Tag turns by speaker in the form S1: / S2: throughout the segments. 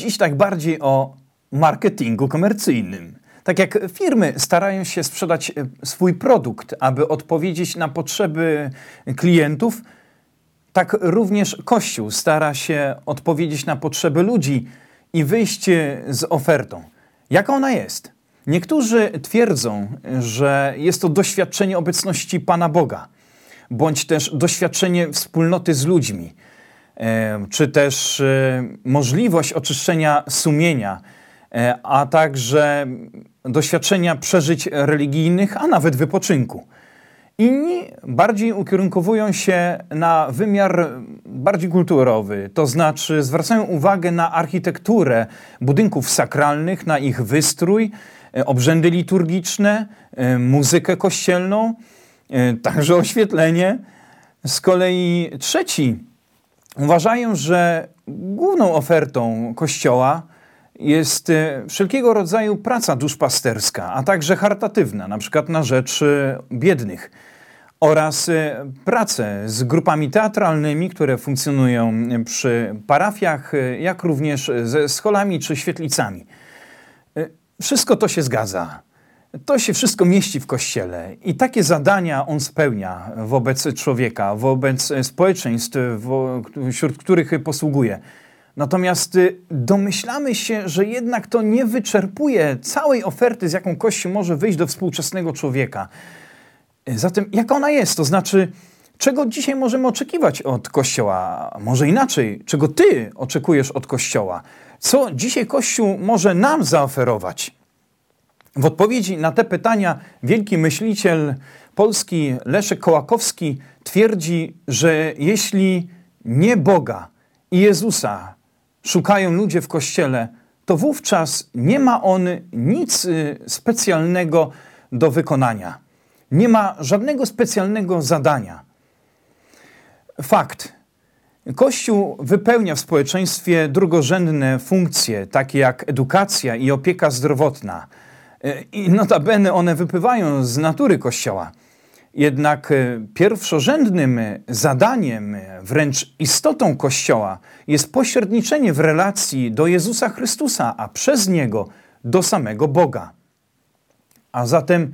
S1: Dziś tak bardziej o marketingu komercyjnym. Tak jak firmy starają się sprzedać swój produkt, aby odpowiedzieć na potrzeby klientów, tak również Kościół stara się odpowiedzieć na potrzeby ludzi i wyjść z ofertą. Jaka ona jest? Niektórzy twierdzą, że jest to doświadczenie obecności Pana Boga, bądź też doświadczenie wspólnoty z ludźmi, czy też możliwość oczyszczenia sumienia, a także doświadczenia przeżyć religijnych, a nawet wypoczynku. Inni bardziej ukierunkowują się na wymiar bardziej kulturowy, to znaczy zwracają uwagę na architekturę budynków sakralnych, na ich wystrój, obrzędy liturgiczne, muzykę kościelną, także oświetlenie. Z kolei trzeci uważają, że główną ofertą Kościoła jest wszelkiego rodzaju praca duszpasterska, a także charytatywna, na przykład na rzecz biednych, oraz pracę z grupami teatralnymi, które funkcjonują przy parafiach, jak również ze scholami czy świetlicami. Wszystko to się zgadza. To się wszystko mieści w Kościele i takie zadania on spełnia wobec człowieka, wobec społeczeństw, wśród których posługuje. Natomiast domyślamy się, że jednak to nie wyczerpuje całej oferty, z jaką Kościół może wyjść do współczesnego człowieka. Zatem jaka ona jest? To znaczy, czego dzisiaj możemy oczekiwać od Kościoła? Może inaczej, czego Ty oczekujesz od Kościoła? Co dzisiaj Kościół może nam zaoferować? W odpowiedzi na te pytania wielki myśliciel polski Leszek Kołakowski twierdzi, że jeśli nie Boga i Jezusa szukają ludzie w Kościele, to wówczas nie ma on nic specjalnego do wykonania. Nie ma żadnego specjalnego zadania. Fakt. Kościół wypełnia w społeczeństwie drugorzędne funkcje, takie jak edukacja i opieka zdrowotna. I notabene one wypływają z natury Kościoła. Jednak pierwszorzędnym zadaniem, wręcz istotą Kościoła jest pośredniczenie w relacji do Jezusa Chrystusa, a przez Niego do samego Boga. A zatem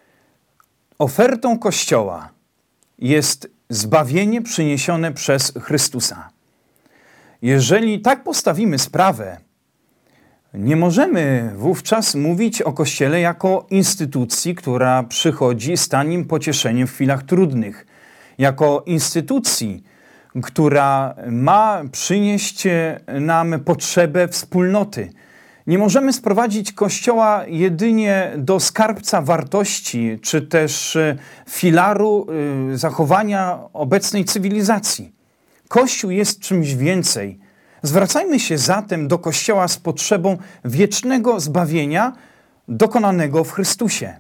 S1: ofertą Kościoła jest zbawienie przyniesione przez Chrystusa. Jeżeli tak postawimy sprawę, nie możemy wówczas mówić o Kościele jako instytucji, która przychodzi z tanim pocieszeniem w chwilach trudnych, jako instytucji, która ma przynieść nam potrzebę wspólnoty. Nie możemy sprowadzić Kościoła jedynie do skarbca wartości, czy też filaru zachowania obecnej cywilizacji. Kościół jest czymś więcej. Zwracajmy się zatem do Kościoła z potrzebą wiecznego zbawienia dokonanego w Chrystusie.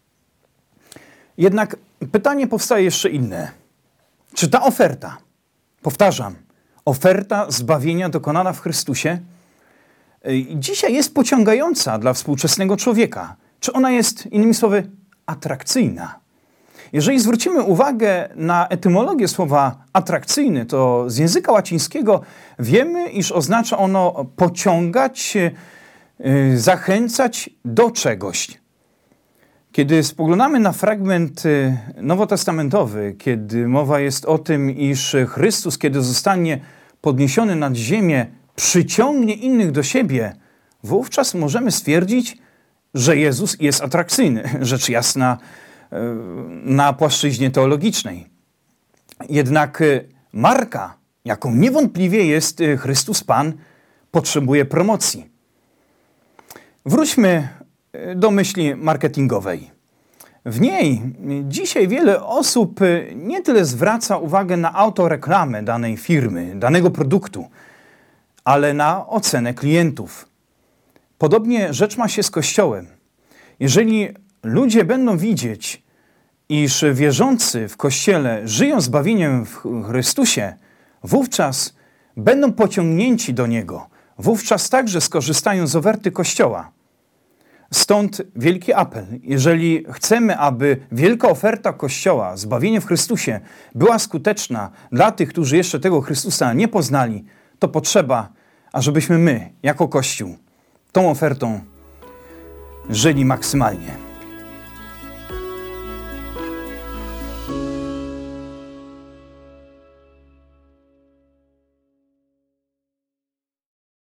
S1: Jednak pytanie powstaje jeszcze inne. Czy ta oferta, powtarzam, oferta zbawienia dokonana w Chrystusie, dzisiaj jest pociągająca dla współczesnego człowieka? Czy ona jest, innymi słowy, atrakcyjna? Jeżeli zwrócimy uwagę na etymologię słowa atrakcyjny, to z języka łacińskiego wiemy, iż oznacza ono pociągać, zachęcać do czegoś. Kiedy spoglądamy na fragment nowotestamentowy, kiedy mowa jest o tym, iż Chrystus, kiedy zostanie podniesiony nad ziemię, przyciągnie innych do siebie, wówczas możemy stwierdzić, że Jezus jest atrakcyjny. Rzecz jasna, na płaszczyźnie teologicznej. Jednak marka, jaką niewątpliwie jest Chrystus Pan, potrzebuje promocji. Wróćmy do myśli marketingowej. W niej dzisiaj wiele osób nie tyle zwraca uwagę na autoreklamę danej firmy, danego produktu, ale na ocenę klientów. Podobnie rzecz ma się z Kościołem. Jeżeli ludzie będą widzieć, iż wierzący w Kościele żyją zbawieniem w Chrystusie, wówczas będą pociągnięci do Niego. Wówczas także skorzystają z oferty Kościoła. Stąd wielki apel. Jeżeli chcemy, aby wielka oferta Kościoła, zbawienie w Chrystusie, była skuteczna dla tych, którzy jeszcze tego Chrystusa nie poznali, to potrzeba, a żebyśmy my, jako Kościół, tą ofertą żyli maksymalnie.